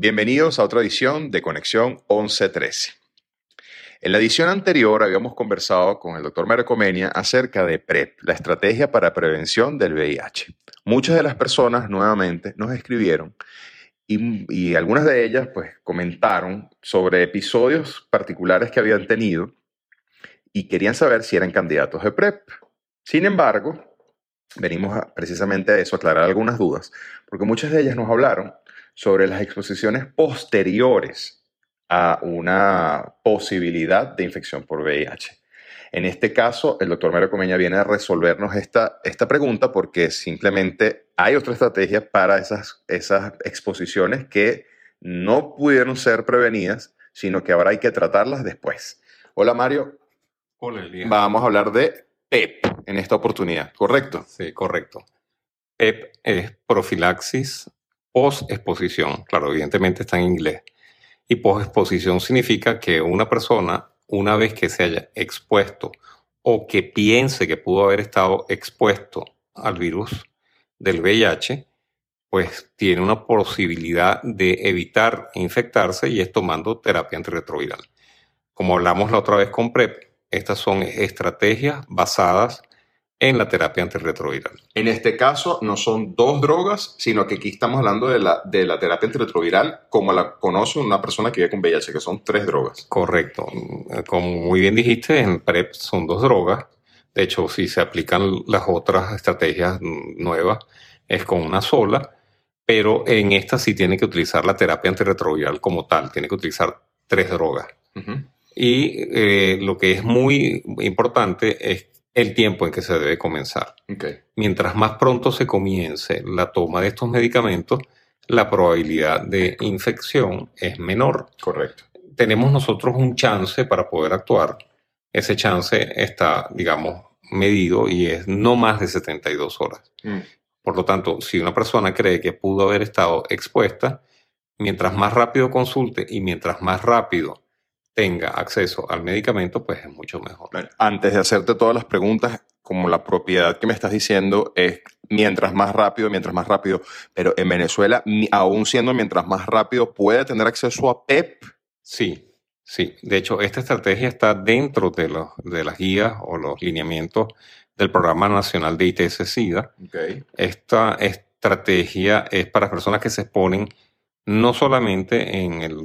Bienvenidos a otra edición de Conexión 1113. En la edición anterior habíamos conversado con el Dr. Mario Comenia acerca de PrEP, la estrategia para prevención del VIH. Muchas de las personas nuevamente nos escribieron y algunas de ellas pues comentaron sobre episodios particulares que habían tenido y querían saber si eran candidatos de PrEP. Sin embargo, venimos precisamente a eso, a aclarar algunas dudas, porque muchas de ellas nos hablaron sobre las exposiciones posteriores a una posibilidad de infección por VIH. En este caso, el doctor Mario Comenia viene a resolvernos esta pregunta porque simplemente hay otra estrategia para esas exposiciones que no pudieron ser prevenidas, sino que ahora hay que tratarlas después. Hola Mario. Hola Elías. Vamos a hablar de PrEP en esta oportunidad, ¿correcto? Sí, correcto. PrEP es profilaxis post-exposición. Claro, evidentemente está en inglés. Y post-exposición significa que una persona, una vez que se haya expuesto o que piense que pudo haber estado expuesto al virus del VIH, pues tiene una posibilidad de evitar infectarse y es tomando terapia antirretroviral. Como hablamos la otra vez con PrEP, estas son estrategias basadas en la terapia antirretroviral. En este caso no son dos drogas, sino que aquí estamos hablando de la terapia antirretroviral como la conoce una persona que vive con VIH, que son 3 drogas. Correcto. Como muy bien dijiste, en PrEP son 2 drogas. De hecho, si se aplican las otras estrategias nuevas, es con una sola, pero en esta sí tiene que utilizar la terapia antirretroviral como tal, tiene que utilizar 3 drogas. Uh-huh. Y lo que es muy importante es el tiempo en que se debe comenzar. Okay. Mientras más pronto se comience la toma de estos medicamentos, la probabilidad de infección es menor. Correcto. Tenemos nosotros un chance para poder actuar. Ese chance está, digamos, medido y es no más de 72 horas. Por lo tanto, si una persona cree que pudo haber estado expuesta, mientras más rápido consulte y mientras más rápido tenga acceso al medicamento, pues es mucho mejor. Antes de hacerte todas las preguntas, como la propiedad que me estás diciendo es mientras más rápido, pero en Venezuela, aún siendo mientras más rápido, ¿puede tener acceso a PrEP? Sí. De hecho, esta estrategia está dentro de las guías o los lineamientos del Programa Nacional de ITS-SIDA. Okay. Esta estrategia es para personas que se exponen no solamente en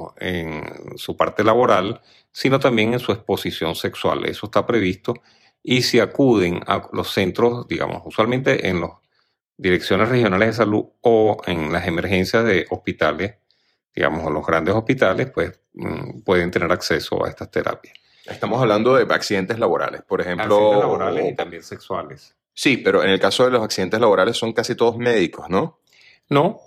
su parte laboral, sino también en su exposición sexual. Eso está previsto. Y si acuden a los centros, digamos, usualmente en las direcciones regionales de salud o en las emergencias de hospitales, digamos, o los grandes hospitales, pues pueden tener acceso a estas terapias. Estamos hablando de accidentes laborales, por ejemplo. Accidentes laborales y también sexuales. Sí, pero en el caso de los accidentes laborales son casi todos médicos, ¿no? No.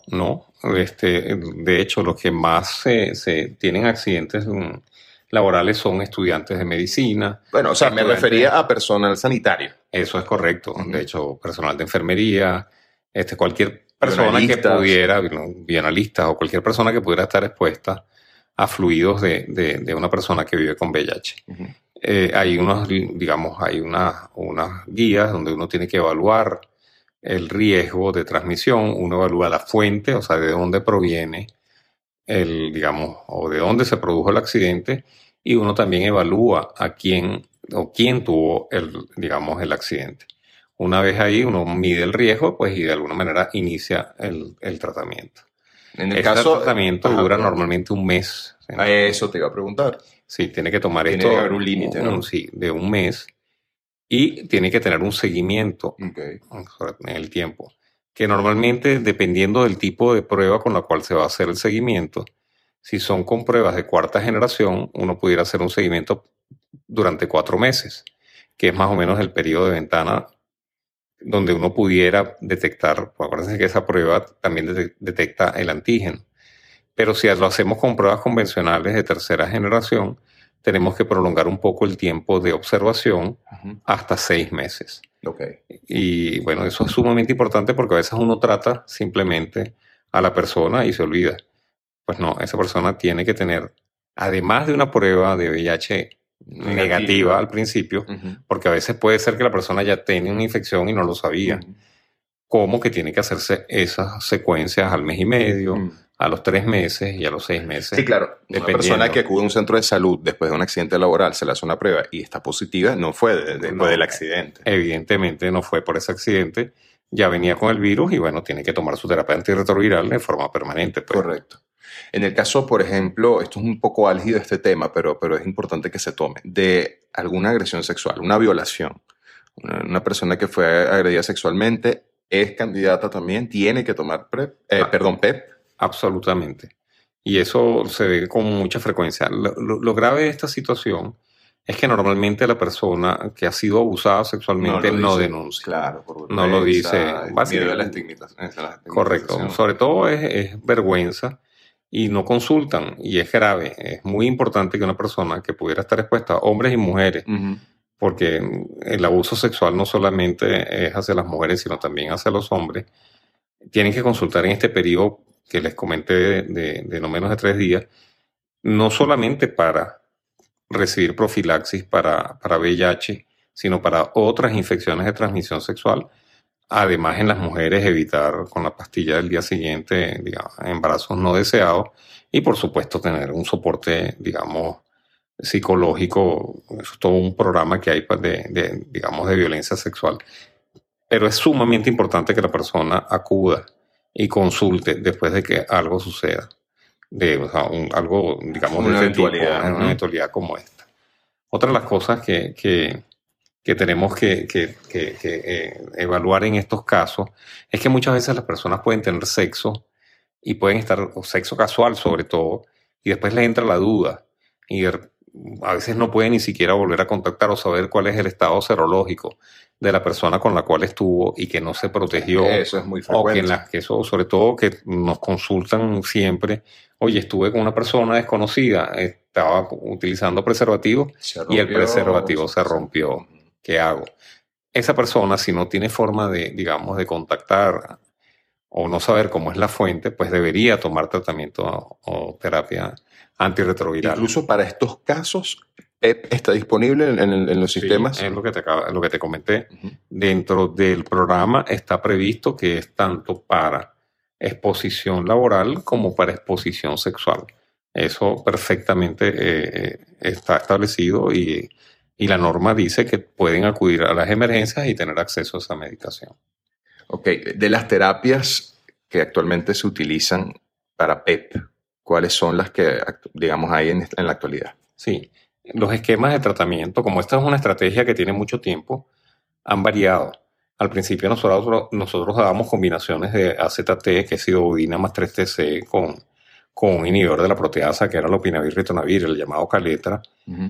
De hecho, los que más se tienen accidentes laborales son estudiantes de medicina. Bueno, o sea, me refería a personal sanitario. Eso es correcto. Uh-huh. De hecho, personal de enfermería, cualquier persona que pudiera, bioanalistas o cualquier persona que pudiera estar expuesta a fluidos de una persona que vive con VIH. Uh-huh. Hay unas guías donde uno tiene que evaluar el riesgo de transmisión, uno evalúa la fuente, o sea, de dónde proviene o de dónde se produjo el accidente, y uno también evalúa a quién tuvo el accidente. Una vez ahí uno mide el riesgo, pues, y de alguna manera inicia el tratamiento. En el tratamiento dura normalmente un mes. Eso te iba a preguntar. Sí, tiene que tomar tiene esto. Tiene que haber un límite, ¿no? Sí, de un mes. Y tiene que tener un seguimiento en el tiempo. Que normalmente, dependiendo del tipo de prueba con la cual se va a hacer el seguimiento, si son con pruebas de 4ª generación, uno pudiera hacer un seguimiento durante 4 meses, que es más o menos el periodo de ventana donde uno pudiera detectar, pues acuérdense que esa prueba también detecta el antígeno. Pero si lo hacemos con pruebas convencionales de 3ª generación, tenemos que prolongar un poco el tiempo de observación hasta 6 meses. Okay. Y bueno, eso es sumamente importante porque a veces uno trata simplemente a la persona y se olvida. Pues no, esa persona tiene que tener, además de una prueba de VIH negativa al principio, porque a veces puede ser que la persona ya tenga una infección y no lo sabía, como que tiene que hacerse esas secuencias al mes y medio, a los 3 meses y a los 6 meses. Sí, claro. Una persona que acude a un centro de salud después de un accidente laboral, se le hace una prueba y está positiva, no fue después del accidente. Evidentemente no fue por ese accidente, ya venía con el virus y bueno, tiene que tomar su terapia antirretroviral de forma permanente. Pues. Correcto. En el caso, por ejemplo, esto es un poco álgido este tema, pero es importante que se tome, de alguna agresión sexual, una violación. Una persona que fue agredida sexualmente es candidata también, tiene que tomar PEP. Absolutamente. Y eso se ve con mucha frecuencia. Lo grave de esta situación es que normalmente la persona que ha sido abusada sexualmente no denuncia. Claro, no lo dice. Miedo a la estigmatización. Correcto. Sobre todo es vergüenza y no consultan. Y es grave. Es muy importante que una persona que pudiera estar expuesta, hombres y mujeres, porque el abuso sexual no solamente es hacia las mujeres, sino también hacia los hombres, tienen que consultar en este periodo que les comenté de no menos de 3 días, no solamente para recibir profilaxis para VIH, sino para otras infecciones de transmisión sexual. Además, en las mujeres, evitar con la pastilla del día siguiente, digamos, embarazos no deseados y, por supuesto, tener un soporte, digamos, psicológico. Eso es todo un programa que hay digamos, de violencia sexual. Pero es sumamente importante que la persona acuda y consulte después de que algo suceda, algo, digamos, una de este tipo, eventualidad, una eventualidad como esta. Otra de las cosas que tenemos que evaluar en estos casos es que muchas veces las personas pueden tener sexo y pueden estar, o sexo casual sobre todo, y después les entra la duda y a veces no pueden ni siquiera volver a contactar o saber cuál es el estado serológico de la persona con la cual estuvo y que no se protegió. Eso es muy frecuente. O que eso, sobre todo, que nos consultan siempre. Oye, estuve con una persona desconocida, estaba utilizando preservativo y el preservativo se rompió. ¿Qué hago? Esa persona, si no tiene forma de, digamos, de contactar o no saber cómo es la fuente, pues debería tomar tratamiento o terapia antirretroviral. Incluso para estos casos, PEP está disponible en los sistemas. Sí, es lo que te comenté. Dentro del programa está previsto que es tanto para exposición laboral como para exposición sexual. Eso perfectamente está establecido y la norma dice que pueden acudir a las emergencias y tener acceso a esa medicación. Ok, de las terapias que actualmente se utilizan para PEP, ¿cuáles son las que, digamos, hay en la actualidad? Sí, los esquemas de tratamiento, como esta es una estrategia que tiene mucho tiempo, han variado. Al principio nosotros dábamos combinaciones de AZT, que es sidobudina más 3-TC, con un inhibidor de la proteasa, que era lopinavir ritonavir, el llamado Caletra.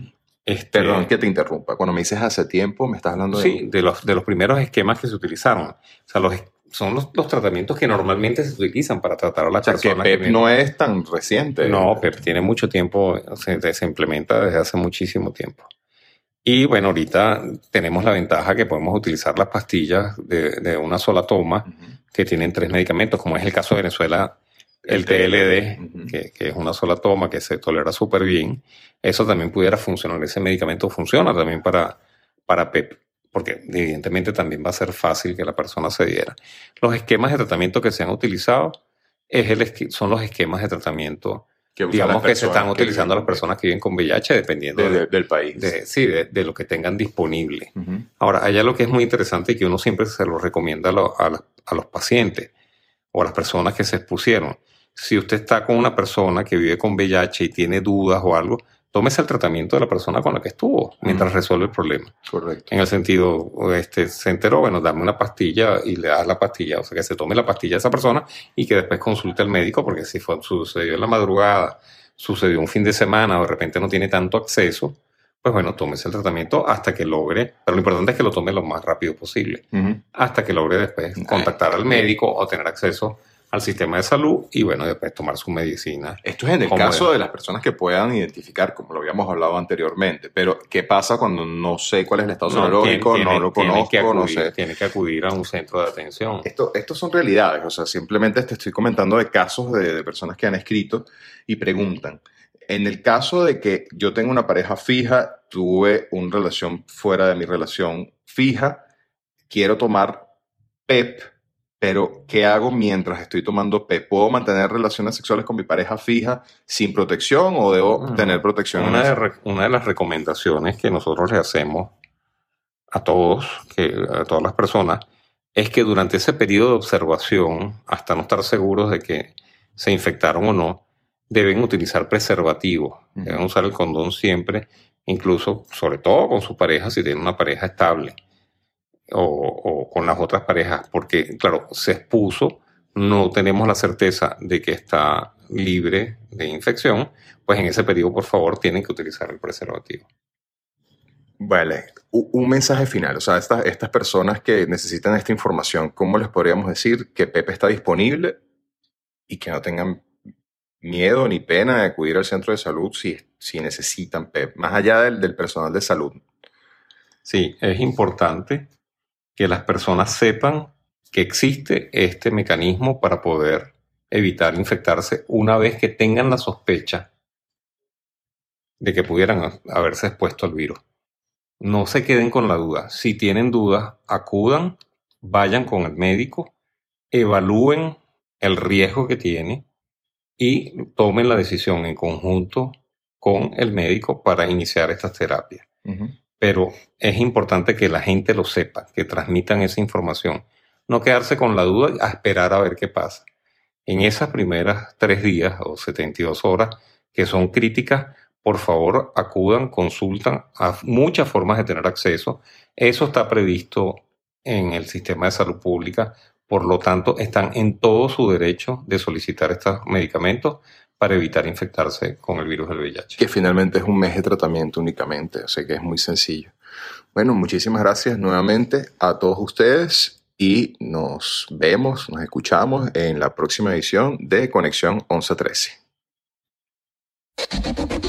Perdón que te interrumpa. Cuando me dices hace tiempo, me estás hablando de... Sí, de los primeros esquemas que se utilizaron. O sea, son los tratamientos que normalmente se utilizan para tratar a la persona. Que PEP no es tan reciente. No, PEP tiene mucho tiempo, se implementa desde hace muchísimo tiempo. Y bueno, ahorita tenemos la ventaja que podemos utilizar las pastillas de una sola toma, que tienen 3 medicamentos, como es el caso de Venezuela, el TLD, que es una sola toma, que se tolera súper bien. Eso también pudiera funcionar. Ese medicamento funciona también para PEP, porque evidentemente también va a ser fácil que la persona se diera. Los esquemas de tratamiento que se han utilizado son los esquemas de tratamiento digamos que se están utilizando las personas que viven con VIH dependiendo del país. De lo que tengan disponible. Ahora, allá lo que es muy interesante y que uno siempre se lo recomienda a los pacientes o a las personas que se expusieron. Si usted está con una persona que vive con VIH y tiene dudas o algo, tómese el tratamiento de la persona con la que estuvo mientras resuelve el problema. Correcto. En el sentido, se enteró, bueno, dame una pastilla y le das la pastilla, o sea, que se tome la pastilla a esa persona y que después consulte al médico, porque si sucedió en la madrugada, sucedió un fin de semana o de repente no tiene tanto acceso, pues bueno, tómese el tratamiento hasta que logre, pero lo importante es que lo tome lo más rápido posible, hasta que logre después contactar al médico o tener acceso al sistema de salud y bueno, después tomar su medicina. Esto es en el caso de las personas que puedan identificar, como lo habíamos hablado anteriormente, pero ¿qué pasa cuando no sé cuál es el estado serológico, no lo conozco, no sé? Tiene que acudir a un centro de atención. Estos son realidades, o sea, simplemente te estoy comentando de casos de personas que han escrito y preguntan. En el caso de que yo tengo una pareja fija, tuve una relación fuera de mi relación fija, quiero tomar PEP, Pero, ¿qué hago mientras estoy tomando PEP? ¿Puedo mantener relaciones sexuales con mi pareja fija sin protección o debo tener protección? Una de las recomendaciones que nosotros le hacemos a todos, a todas las personas, es que durante ese periodo de observación, hasta no estar seguros de que se infectaron o no, deben utilizar preservativos. Deben usar el condón siempre, incluso, sobre todo con su pareja, si tienen una pareja estable. O con las otras parejas, porque claro, se expuso, no tenemos la certeza de que está libre de infección, pues en ese periodo, por favor, tienen que utilizar el preservativo. Vale, un mensaje final, o sea, estas personas que necesitan esta información, ¿cómo les podríamos decir que PEP está disponible y que no tengan miedo ni pena de acudir al centro de salud si necesitan PEP, más allá del personal de salud? Sí, es importante que las personas sepan que existe este mecanismo para poder evitar infectarse una vez que tengan la sospecha de que pudieran haberse expuesto al virus. No se queden con la duda. Si tienen dudas, acudan, vayan con el médico, evalúen el riesgo que tiene y tomen la decisión en conjunto con el médico para iniciar estas terapias. Pero es importante que la gente lo sepa, que transmitan esa información. No quedarse con la duda a esperar a ver qué pasa. En esas primeras 3 días o 72 horas que son críticas, por favor acudan, consultan. Hay muchas formas de tener acceso. Eso está previsto en el sistema de salud pública. Por lo tanto, están en todo su derecho de solicitar estos medicamentos para evitar infectarse con el virus del VIH. Que finalmente es un mes de tratamiento únicamente, o sea que es muy sencillo. Bueno, muchísimas gracias nuevamente a todos ustedes y nos vemos, nos escuchamos en la próxima edición de Conexión 1113.